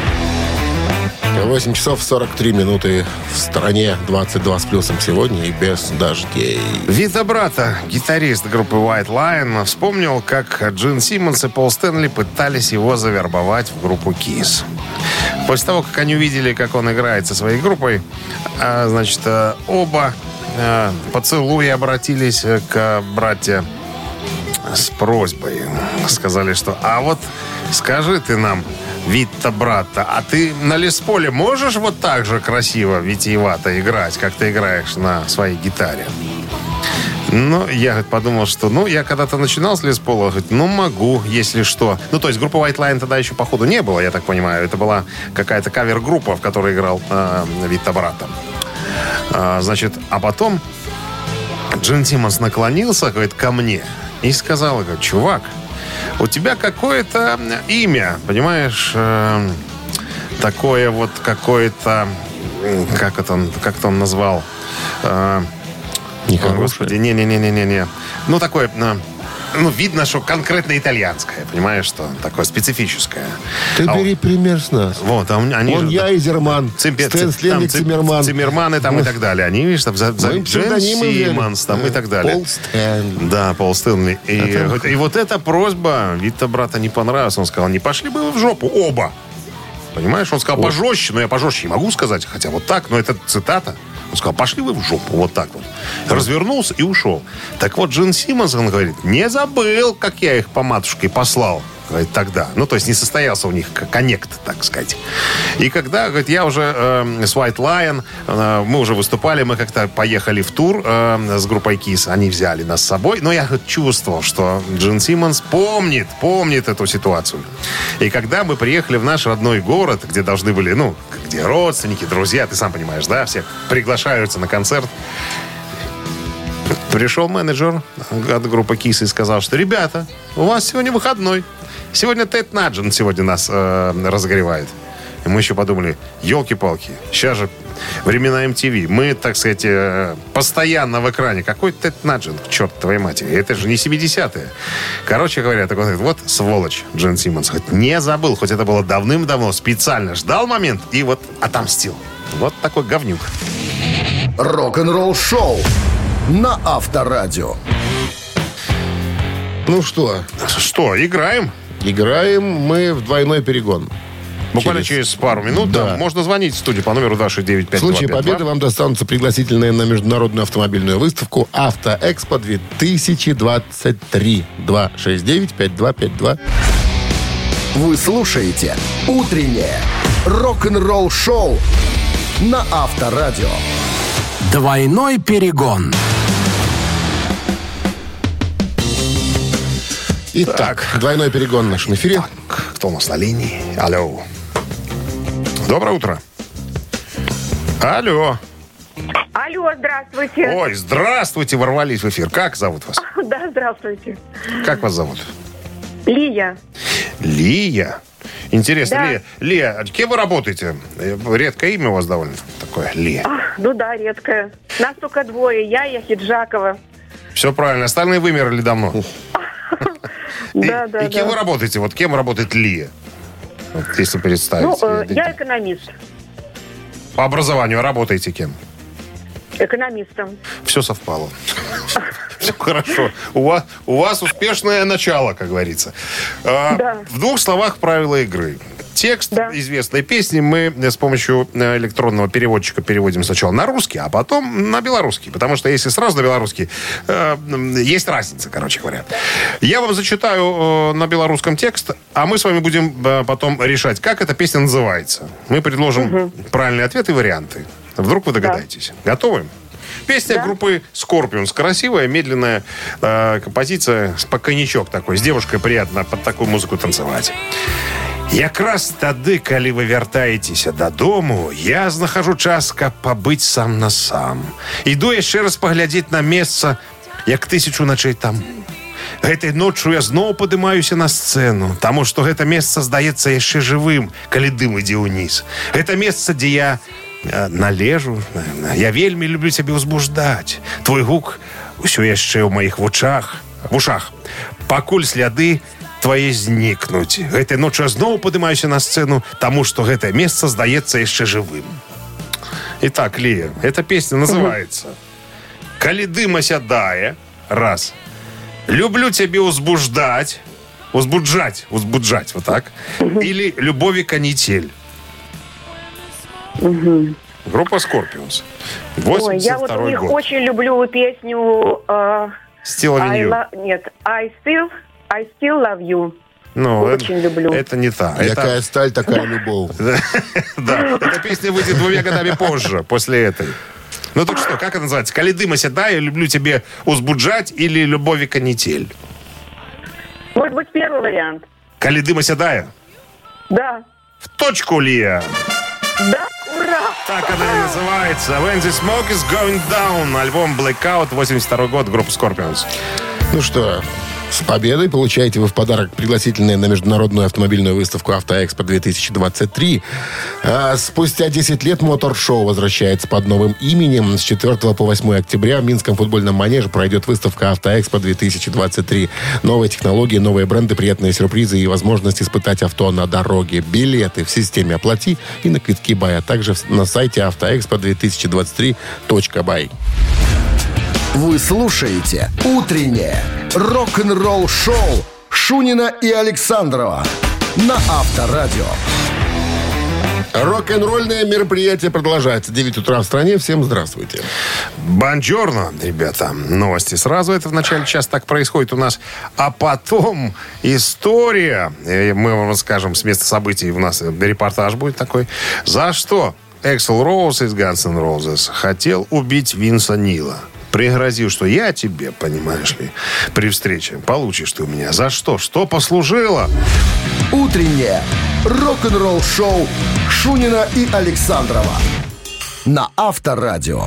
Speaker 2: 8 часов 43 минуты в стране, 22 с плюсом сегодня и без дождей.
Speaker 3: Вита Брата, гитарист группы White Lion, вспомнил, как Джин Симмонс и Пол Стэнли пытались его завербовать в группу Kiss. После того, как они увидели, как он играет со своей группой, значит, оба поцелуи обратились к братья с просьбой. Сказали, что «А вот скажи ты нам, Вита Брата, а ты на лесполе можешь вот так же красиво, витиевато играть, как ты играешь на своей гитаре?» Ну, я подумал, что, я когда-то начинал с леспола, могу, если что. То есть группы White Lion тогда еще, походу, не было, я так понимаю. Это была какая-то кавер-группа, в которой играл Вита Брата. Значит, а потом Джин Симмонс наклонился, говорит, ко мне и сказал, чувак, у тебя какое-то имя, понимаешь, такое вот какое-то, как он назвал? Господи, не. Такое, видно, что конкретно итальянское, понимаешь, что такое специфическое.
Speaker 2: Ты бери пример с нас.
Speaker 3: Вот, они
Speaker 2: же... я, Изерман, Стэн Сленник, Циммерман.
Speaker 3: Циммерманы там и так далее. Они, видишь, там за Джин Симмонс там и так далее.
Speaker 2: Пол Стэнли.
Speaker 3: Да, Пол Стэнли. И вот эта просьба Вита Брата не понравилась. Он сказал, не пошли бы вы в жопу оба. Понимаешь, он сказал пожестче, но я пожестче не могу сказать, хотя вот так, но это цитата. Он сказал, пошли вы в жопу, вот так вот. Развернулся и ушел. Так вот, Джин Симмонс, он говорит, не забыл, как я их по матушке послал. Говорит, тогда. То есть не состоялся у них коннект, так сказать. И когда, говорит, я уже с White Lion, мы уже выступали, мы как-то поехали в тур с группой Kiss, они взяли нас с собой, но я чувствовал, что Джин Симмонс помнит эту ситуацию. И когда мы приехали в наш родной город, где должны были, где родственники, друзья, ты сам понимаешь, да, все приглашаются на концерт, пришел менеджер от группы Kiss и сказал, что, ребята, у вас сегодня выходной. Сегодня Тед Наджент нас разогревает. И мы еще подумали, елки-палки, сейчас же времена MTV. Мы, так сказать, постоянно в экране. Какой Тед Наджент, черт твоей матери. Это же не 70-е. Короче говоря, такой говорит, вот сволочь Джин Симмонс. Хоть не забыл, хоть это было давным-давно, специально ждал момент и вот отомстил. Вот такой говнюк.
Speaker 1: Рок-н-ролл шоу на Авторадио.
Speaker 2: Ну что?
Speaker 3: Что, играем?
Speaker 2: Играем мы в двойной перегон.
Speaker 3: Буквально через пару минут. Да. Можно звонить в студию по номеру 269-5252.
Speaker 2: В случае победы вам достанутся пригласительные на международную автомобильную выставку «Автоэкспо 2023». 269-5252.
Speaker 1: Вы слушаете «Утреннее рок-н-ролл-шоу» на Авторадио.
Speaker 6: Двойной перегон.
Speaker 2: Итак, двойной перегон в нашем эфире.
Speaker 3: Так, кто у нас на линии? Алло. Доброе утро. Алло.
Speaker 7: Алло, здравствуйте.
Speaker 3: Ой, здравствуйте, ворвались в эфир. Как зовут вас?
Speaker 7: Да, здравствуйте.
Speaker 3: Как вас зовут?
Speaker 7: Лия.
Speaker 3: Лия? Интересно,
Speaker 7: Да.
Speaker 3: Лия, кем вы работаете? Редкое имя у вас довольно такое, Лия.
Speaker 7: Да, редкое. Нас только двое. Я Хиджакова.
Speaker 3: Все правильно. Остальные вымерли давно.
Speaker 7: Да.
Speaker 3: И кем вы работаете? Вот кем работает Лия? Вот, если представить.
Speaker 7: Я экономист.
Speaker 3: По образованию работаете кем?
Speaker 7: Экономистом.
Speaker 3: Все совпало. Все хорошо. У вас успешное начало, как говорится. В двух словах правила игры. Текст известной песни мы с помощью электронного переводчика переводим сначала на русский, а потом на белорусский. Потому что если сразу на белорусский, есть разница, короче говоря. Я вам зачитаю на белорусском текст, а мы с вами будем потом решать, как эта песня называется. Мы предложим правильные ответы и варианты. Вдруг вы догадаетесь. Готовы? Песня группы Scorpions. Красивая, медленная композиция, спокойничок такой. С девушкой приятно под такую музыку танцевать. Якраз тады, калі вы вяртаецеся дадому, я знахажу час, каб пабыць сам на сам. Іду яшчэ раз паглядзець на месца, як 1000 начэй таму. Гэтай ноччу я зноў падымаюся на сцэну, таму што гэта месца здаецца яшчэ жывым, калі дым ідзе ўніз. Гэта месца, дзе я належу, я вельмі люблю цябе ўзбуждаць. Твой гук усё яшчэ ў маіх вушах. Пакуль сляды твае знікнуць. Гэтай ноччу я зноў падымаюся на сцэну, таму што гэтае месца здаецца яшчэ жывым. Итак, Лия, эта песня называется «Калі дым асядае», раз. «Люблю цябе узбуждать», узбуджать, вот так. Или «Любови канитель». Группа Scorpions. 82-й
Speaker 7: я вот у них
Speaker 3: год.
Speaker 7: очень люблю песню
Speaker 3: Still Loving You.
Speaker 7: Нет, I still love you.
Speaker 3: Ну,
Speaker 7: очень люблю.
Speaker 3: Это не та.
Speaker 2: Какая сталь, такая любовь.
Speaker 3: Да, эта песня выйдет 2 годами позже, после этой. Ну так что, как это называется? «Калі дым асядае», «Люблю тебе узбуджать» или «Любови канитель»?
Speaker 7: Может быть, первый вариант.
Speaker 3: «Калі дым асядае»?
Speaker 7: Да.
Speaker 3: В точку, Лия.
Speaker 7: Да, ура!
Speaker 3: Так она и называется. «When the smoke is going down». Альбом «Blackout», 82-й год, группа Scorpions.
Speaker 2: Ну что, с победой получаете вы в подарок пригласительные на международную автомобильную выставку «Автоэкспо-2023». Спустя 10 лет мотор-шоу возвращается под новым именем. С 4 по 8 октября в Минском футбольном манеже пройдет выставка «Автоэкспо-2023». Новые технологии, новые бренды, приятные сюрпризы и возможность испытать авто на дороге. Билеты в системе «Оплати» и на квитки «Бай», а также на сайте автоэкспо2023.бай.
Speaker 1: Вы слушаете «Утреннее рок-н-ролл-шоу» Шунина и Александрова на Авторадио.
Speaker 2: Рок-н-ролльное мероприятие продолжается. 9 утра в стране. Всем здравствуйте.
Speaker 3: Бонжорно, ребята. Новости сразу. Это в начале часа так происходит у нас. А потом история. Мы вам расскажем с места событий. У нас репортаж будет такой. За что Эксел Роуз из Guns N' Roses хотел убить Винса Нила. Пригрозил, что я тебе, понимаешь ли, при встрече получишь ты у меня. За что? Что послужило?
Speaker 1: Утреннее рок-н-ролл-шоу Шунина и Александрова на Авторадио.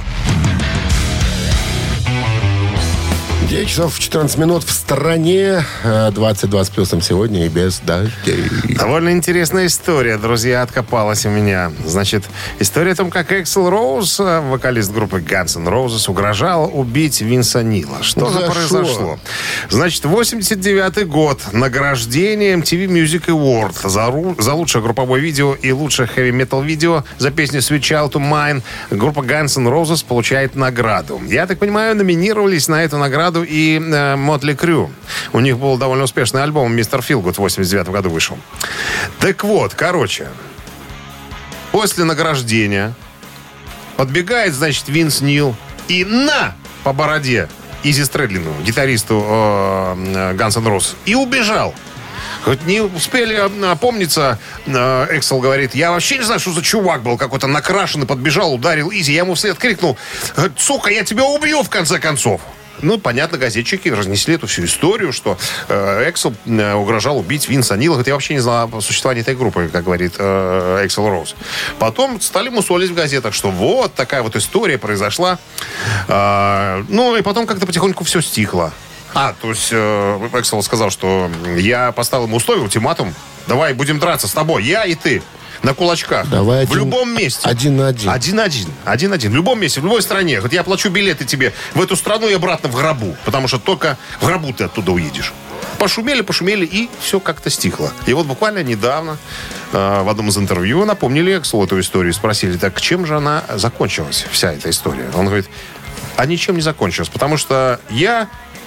Speaker 2: 9 часов 14 минут в стороне. 22 с плюсом сегодня и без дождей.
Speaker 3: Довольно интересная история, друзья, откопалась у меня. Значит, история о том, как Эксел Роуз, вокалист группы Guns N' Roses, угрожал убить Винса Нила. Что же произошло? Значит, 89-й год. Награждение MTV Music Award за лучшее групповое видео и лучшее хэви-метал видео за песню Sweet Child of Mine. Группа Guns N' Roses получает награду. Я так понимаю, номинировались на эту награду и Мотли Крю. У них был довольно успешный альбом «Мистер Филгуд» в 89 году вышел. Так вот, короче, после награждения подбегает, значит, Винс Нил и по бороде Изи Стрэдлину, гитаристу Guns N' Roses, и убежал. Хоть не успели опомниться, Эксел говорит, я вообще не знаю, что за чувак был, какой-то накрашенный, подбежал, ударил Изи, я ему вслед крикнул, сука, я тебя убью в конце концов. Ну, понятно, газетчики разнесли эту всю историю, что Эксел угрожал убить Винса Нила. Говорит, я вообще не знал о существовании этой группы, как говорит Эксел Роуз. Потом стали мусолить в газетах, что вот такая вот история произошла. Ну, и потом как-то потихоньку все стихло. То есть Эксел сказал, что я поставил ему условие, ультиматум. Давай будем драться с тобой, я и ты. На кулачках.
Speaker 2: Давай
Speaker 3: в любом месте.
Speaker 2: 1-1.
Speaker 3: 1-1. В любом месте, в любой стране. Вот я плачу билеты тебе в эту страну и обратно в гробу. Потому что только в гробу ты оттуда уедешь. Пошумели, и все как-то стихло. И вот буквально недавно в одном из интервью напомнили Экселу эту историю. Спросили, так чем же она закончилась, вся эта история? Он говорит, а ничем не закончилась. Потому что я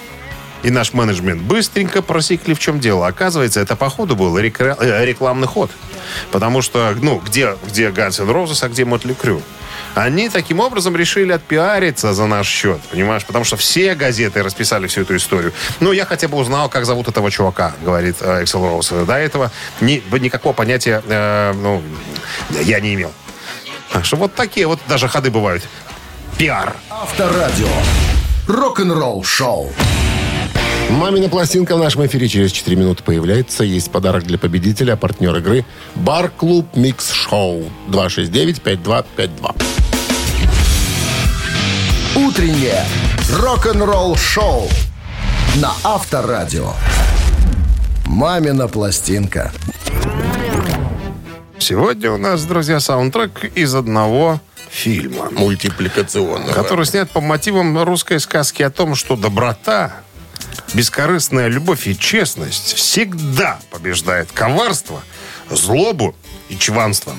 Speaker 3: и наш менеджмент быстренько просекли, в чем дело. Оказывается, это, походу, был рекламный ход. Потому что, где Guns N' Roses, а где Motley Crue? Они таким образом решили отпиариться за наш счет, понимаешь? Потому что все газеты расписали всю эту историю. Я хотя бы узнал, как зовут этого чувака, говорит Эксел Роуз. До этого никакого понятия я не имел. Так что вот такие вот даже ходы бывают. Пиар.
Speaker 1: Авторадио. Рок-н-ролл шоу.
Speaker 2: «Мамина пластинка» в нашем эфире через 4 минуты появляется. Есть подарок для победителя, партнер игры «Бар-клуб Микс Шоу». 269-5252.
Speaker 1: Утреннее рок-н-ролл шоу на Авторадио. «Мамина пластинка».
Speaker 3: Сегодня у нас, друзья, саундтрек из одного фильма.
Speaker 2: Мультипликационного.
Speaker 3: Который снят по мотивам русской сказки о том, что доброта, бескорыстная любовь и честность всегда побеждает коварство, злобу и чванство.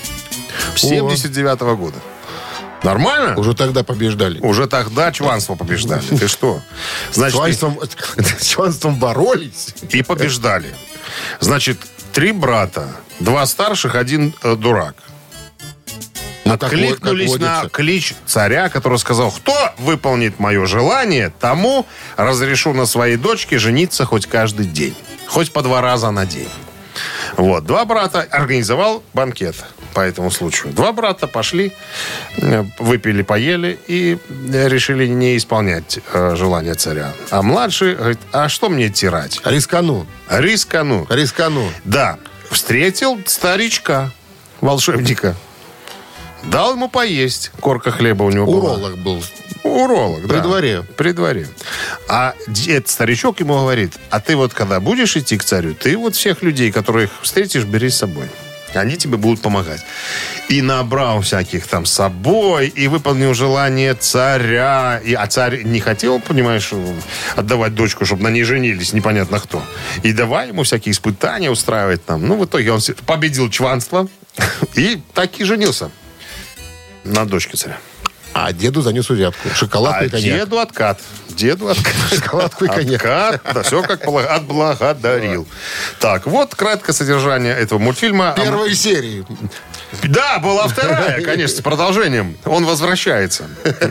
Speaker 3: 79-го года. Нормально?
Speaker 2: Уже тогда побеждали.
Speaker 3: Уже тогда чванство побеждали. Ты что? Значит,
Speaker 2: С чванством боролись.
Speaker 3: и побеждали. Значит, 3 брата. 2 старших, 1 дурак. Откликнулись на клич царя, который сказал: кто выполнит мое желание, тому разрешу на своей дочке жениться хоть каждый день. Хоть по 2 раза на день. Вот. 2 брата организовал банкет по этому случаю. 2 брата пошли, выпили, поели и решили не исполнять желание царя. А младший говорит: а что мне тирать?
Speaker 2: Рискану.
Speaker 3: Да. Встретил старичка, волшебника. Дал ему поесть. Корка хлеба у него была.
Speaker 2: Уролог был.
Speaker 3: Уролог, да.
Speaker 2: При дворе.
Speaker 3: А этот старичок ему говорит: а ты вот когда будешь идти к царю, ты вот всех людей, которых встретишь, бери с собой. Они тебе будут помогать. И набрал всяких там с собой, и выполнил желание царя. А царь не хотел, понимаешь, отдавать дочку, чтобы на ней женились непонятно кто. И давай ему всякие испытания устраивать там. В итоге он победил чванство и так и женился на дочке царя.
Speaker 2: А деду занес взятку. Шоколадку и коньяк.
Speaker 3: Деду откат.
Speaker 2: Шоколадку и коньяк.
Speaker 3: Откат, да, все как отблагодарил. Так, вот краткое содержание этого мультфильма.
Speaker 2: Первой серии.
Speaker 3: Да, была 2-я, конечно, с продолжением. Он возвращается.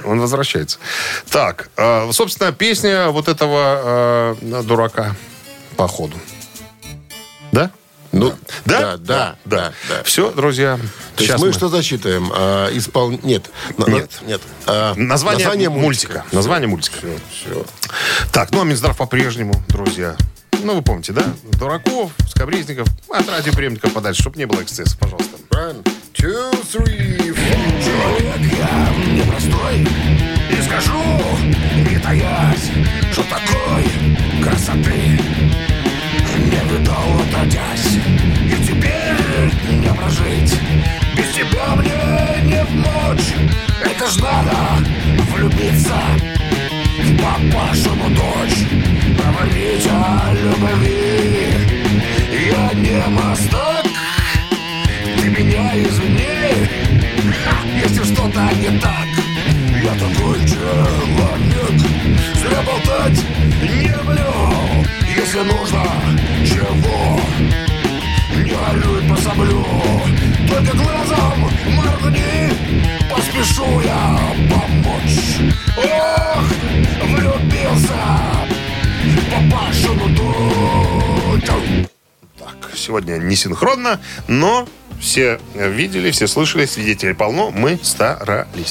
Speaker 3: Так, собственно, песня вот этого дурака по ходу. Да? Да. Все, друзья.
Speaker 2: То есть мы что зачитаем? Нет.
Speaker 3: Название мультика. Название мультика.
Speaker 2: Все.
Speaker 3: Так, а Минздрав по-прежнему, друзья. Вы помните, да? Дураков, скабрезников, от радиоприемников подальше, чтобы не было эксцессов, пожалуйста.
Speaker 2: 1, 2, 3, 4.
Speaker 6: Человек я непростой, и скажу, не таясь, что такой красоты не видал отродясь. И теперь не прожить, без тебя мне не вмочь. Это ж надо влюбиться в папашину дочь, говорить о любви. Я не мастак, ты меня извини, если что-то не так. Я такой человек, зря болтать не люблю. Если нужно чего, не горюй, пособлю. Только глазом моргни, поспешу я помочь. Ох, влюбился в папашину дочь.
Speaker 3: Так, сегодня не синхронно, но все видели, все слышали, свидетелей полно, мы старались.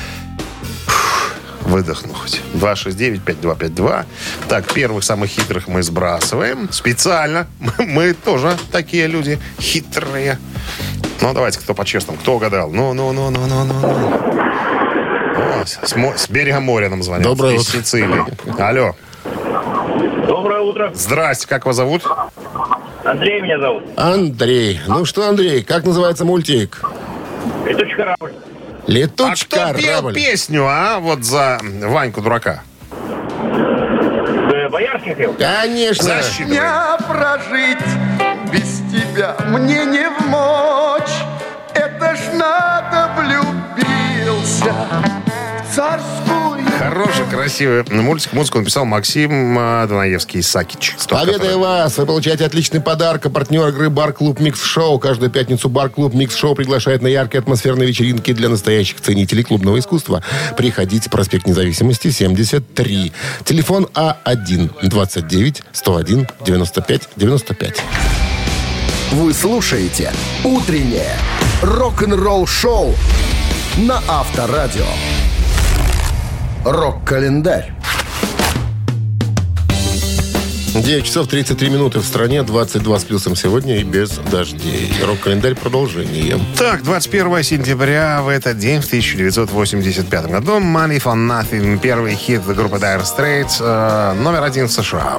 Speaker 3: Выдохнуть. 269-5252. Так, первых самых хитрых мы сбрасываем. Специально. Мы тоже такие люди хитрые. Давайте, кто по-честному. Кто угадал? С берега моря нам звонят.
Speaker 2: Доброе
Speaker 3: из
Speaker 2: утро.
Speaker 3: Сицилии. Алло.
Speaker 5: Доброе утро.
Speaker 3: Здрасте, как вас зовут?
Speaker 5: Андрей меня зовут.
Speaker 2: Андрей. Ну что, Андрей, как называется мультик?
Speaker 5: Летучий корабль.
Speaker 2: Летучка
Speaker 3: А кто пел песню, вот за Ваньку дурака?
Speaker 5: Боярский пел?
Speaker 2: Конечно.
Speaker 3: Засчитываем.
Speaker 1: Прожить без тебя мне не вмочь. Это ж надо влюбился в царскую
Speaker 3: Хороший, красивый мультик. Музыку написал Максим Дунаевский-Сакич.
Speaker 2: Победой вас! Вы получаете отличный подарок. Партнер игры «Бар-клуб Микс Шоу». Каждую пятницу «Бар-клуб Микс Шоу» приглашает на яркие атмосферные вечеринки для настоящих ценителей клубного искусства. Приходите, проспект Независимости, 73. Телефон А1-29-101-95-95.
Speaker 1: Вы слушаете «Утреннее рок-н-ролл-шоу» на Авторадио. Рок-календарь.
Speaker 2: 9 часов 33 минуты в стране, 22 с плюсом сегодня и без дождей. Рок-календарь продолжение.
Speaker 3: Так, 21 сентября в этот день, в 1985 году, Money for Nothing, первый хит группы Dire Straits, номер 1 в США.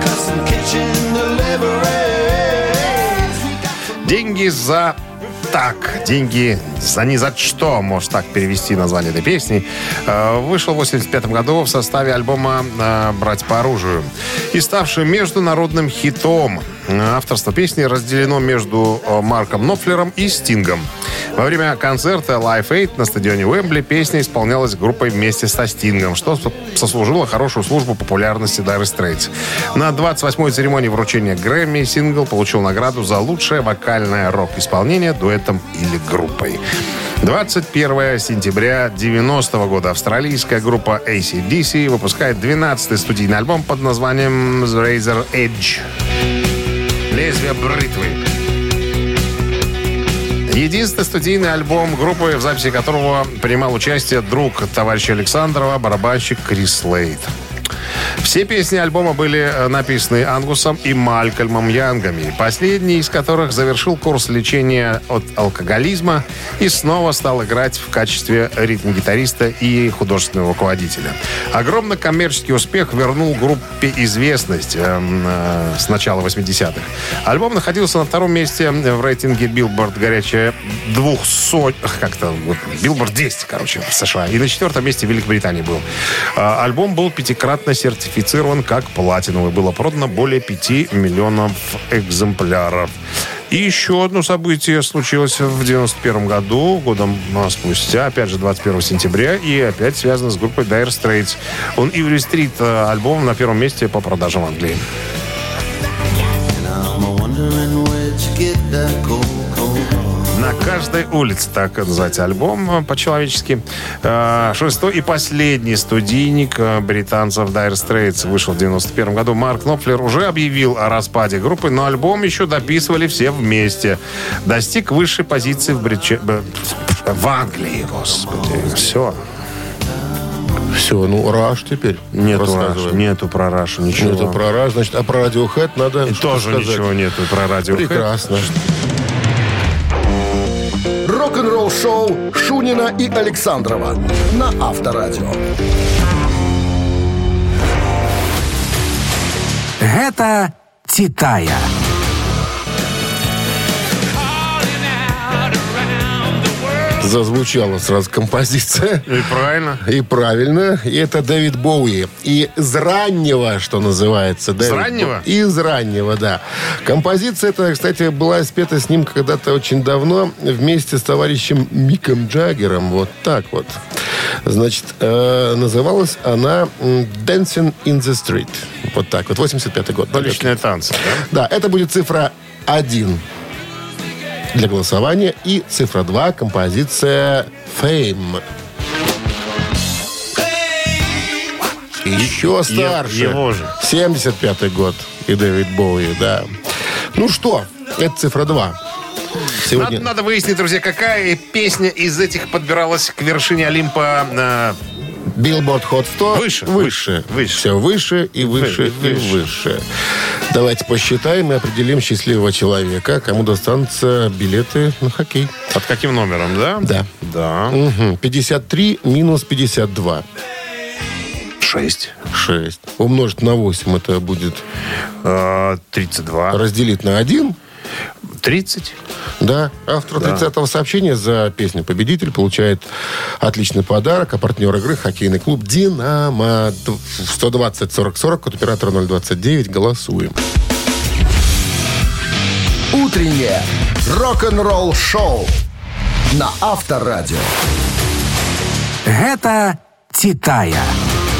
Speaker 3: Деньги за так. Деньги за ни за что, может так перевести название этой песни. Вышел в 1985 году в составе альбома «Брать по оружию» и ставший международным хитом. Авторство песни разделено между Марком Knopfler и Стингом. Во время концерта Live Aid на стадионе Уэмбли песня исполнялась группой вместе со Стингом, что сослужило хорошую службу популярности Dire Straits. На 28-й церемонии вручения Грэмми сингл получил награду за лучшее вокальное рок-исполнение дуэтом или группой. 21 сентября 90-го года австралийская группа AC/DC выпускает 12-й студийный альбом под названием The Razor Edge. Лезвие бритвы. Единственный студийный альбом группы, в записи которого принимал участие друг товарища Александрова, барабанщик Крис Слейд. Все песни альбома были написаны Ангусом и Малькольмом Янгами, последний из которых завершил курс лечения от алкоголизма и снова стал играть в качестве ритм-гитариста и художественного руководителя. Огромный коммерческий успех вернул группе известность с начала 80-х. Альбом находился на втором месте в рейтинге Billboard горячая 200, Billboard 200, в США. И на четвертом месте в Великобритании был. Альбом был пятикратно сертифицирован как платиновый. Было продано более 5 миллионов экземпляров. И еще одно событие случилось в 91 году, годом спустя, опять же, 21 сентября, и опять связано с группой Dire Straits. Он Ivry Street альбом на первом месте по продажам в Англии. На каждой улице, так называется альбом по-человечески. Шестой и последний студийник британцев Dire Straits вышел в 91 году. Марк Knopfler уже объявил о распаде группы, но альбом еще дописывали все вместе. Достиг высшей позиции в Англии, господи. Все.
Speaker 2: Все, Раш теперь.
Speaker 3: Нету про Рашу, ничего.
Speaker 2: Нету про Раш, значит, а про Radiohead надо
Speaker 3: тоже сказать. Ничего нету про Radiohead.
Speaker 2: Прекрасно.
Speaker 1: Рок-н-ролл-шоу Шунина и Александрова на Авторадио.
Speaker 6: Гэта «Титая».
Speaker 2: Зазвучала сразу композиция.
Speaker 3: И правильно.
Speaker 2: И правильно. И это Дэвид Боуи. И из раннего, что называется.
Speaker 3: Из раннего?
Speaker 2: Из раннего, да. Композиция эта, кстати, была спета с ним когда-то очень давно вместе с товарищем Миком Джаггером. Вот так вот. Значит, называлась она «Dancing in the Street». Вот так вот. 85-й год.
Speaker 3: Уличные танцы, да?
Speaker 2: Да, это будет цифра 1 для голосования. И цифра 2, композиция «Fame». Еще старше.
Speaker 3: Его же.
Speaker 2: 75-й год. И Дэвид Боуи, да. Ну что, это цифра 2. Сегодня...
Speaker 3: Надо выяснить, друзья, какая песня из этих подбиралась к вершине Олимпа...
Speaker 2: Billboard Hot 100.
Speaker 3: Выше.
Speaker 2: Все выше и выше и выше. Давайте посчитаем и определим счастливого человека, кому достанутся билеты на хоккей.
Speaker 3: Под каким номером, да?
Speaker 2: Да.
Speaker 3: Да.
Speaker 2: Угу. 53 минус 52.
Speaker 3: 6.
Speaker 2: Умножить на 8 это будет...
Speaker 3: 32.
Speaker 2: Разделить на 1.
Speaker 3: 30.
Speaker 2: Да. Автор 30-го сообщения за песню «Победитель» получает отличный подарок. А партнер игры — хоккейный клуб «Динамо». 120-40-40, код оператора 029. Голосуем.
Speaker 1: Утреннее рок-н-ролл-шоу на Авторадио.
Speaker 6: Гэта «Титая».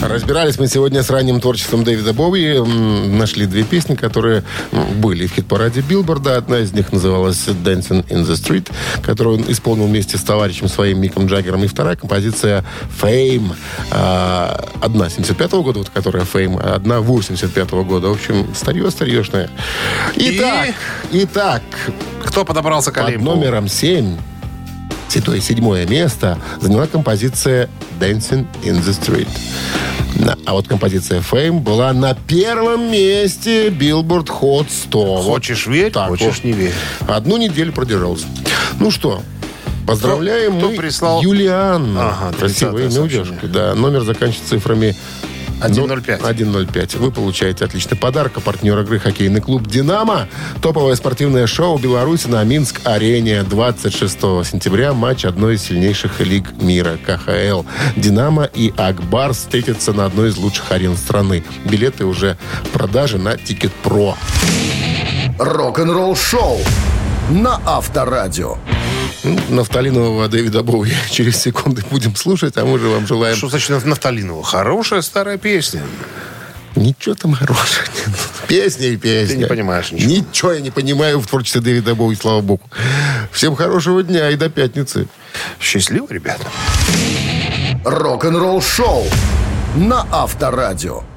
Speaker 2: Разбирались мы сегодня с ранним творчеством Дэвида Боуи. Нашли две песни, которые были в хит-параде Билборда. Одна из них называлась «Dancing in the Street», которую он исполнил вместе с товарищем своим Миком Джаггером. И вторая композиция «Fame». Одна 75-го года, вот, которая «Fame», а одна 85-го года. В общем, старье-старьешное. Итак.
Speaker 3: Кто подобрался к Олимпу?
Speaker 2: Под номером 7, то есть 7-е место, заняла композиция «Dancing in the Street». А вот композиция «Fame» была на первом месте Billboard Hot 100.
Speaker 3: Хочешь верь,
Speaker 2: так,
Speaker 3: хочешь не верь.
Speaker 2: Одну неделю продержался. Ну что, поздравляем
Speaker 3: кто
Speaker 2: мы
Speaker 3: прислал?
Speaker 2: Юлианну.
Speaker 3: Ага,
Speaker 2: красивое имя у девушки. Да, номер заканчивается цифрами
Speaker 3: 105.
Speaker 2: 105. Вы получаете отличный подарок. А партнер игры хоккейный клуб «Динамо». Топовое спортивное шоу Беларуси на Минск-арене. 26 сентября матч одной из сильнейших лиг мира КХЛ. «Динамо» и «Акбарс» встретятся на одной из лучших арен страны. Билеты уже в продаже на Тикет.Про.
Speaker 1: Рок-н-ролл шоу на Авторадио.
Speaker 2: Нафталинового Дэвида Боуи через секунды будем слушать, а мы же вам желаем...
Speaker 3: Что значит нафталинового? Хорошая старая песня.
Speaker 2: Ничего там хорошего нет. Песня и песня.
Speaker 3: Ты не понимаешь ничего.
Speaker 2: Ничего я не понимаю в творчестве Дэвида Боуи, слава богу. Всем хорошего дня и до пятницы.
Speaker 3: Счастливо, ребята.
Speaker 1: Рок-н-ролл шоу на Авторадио.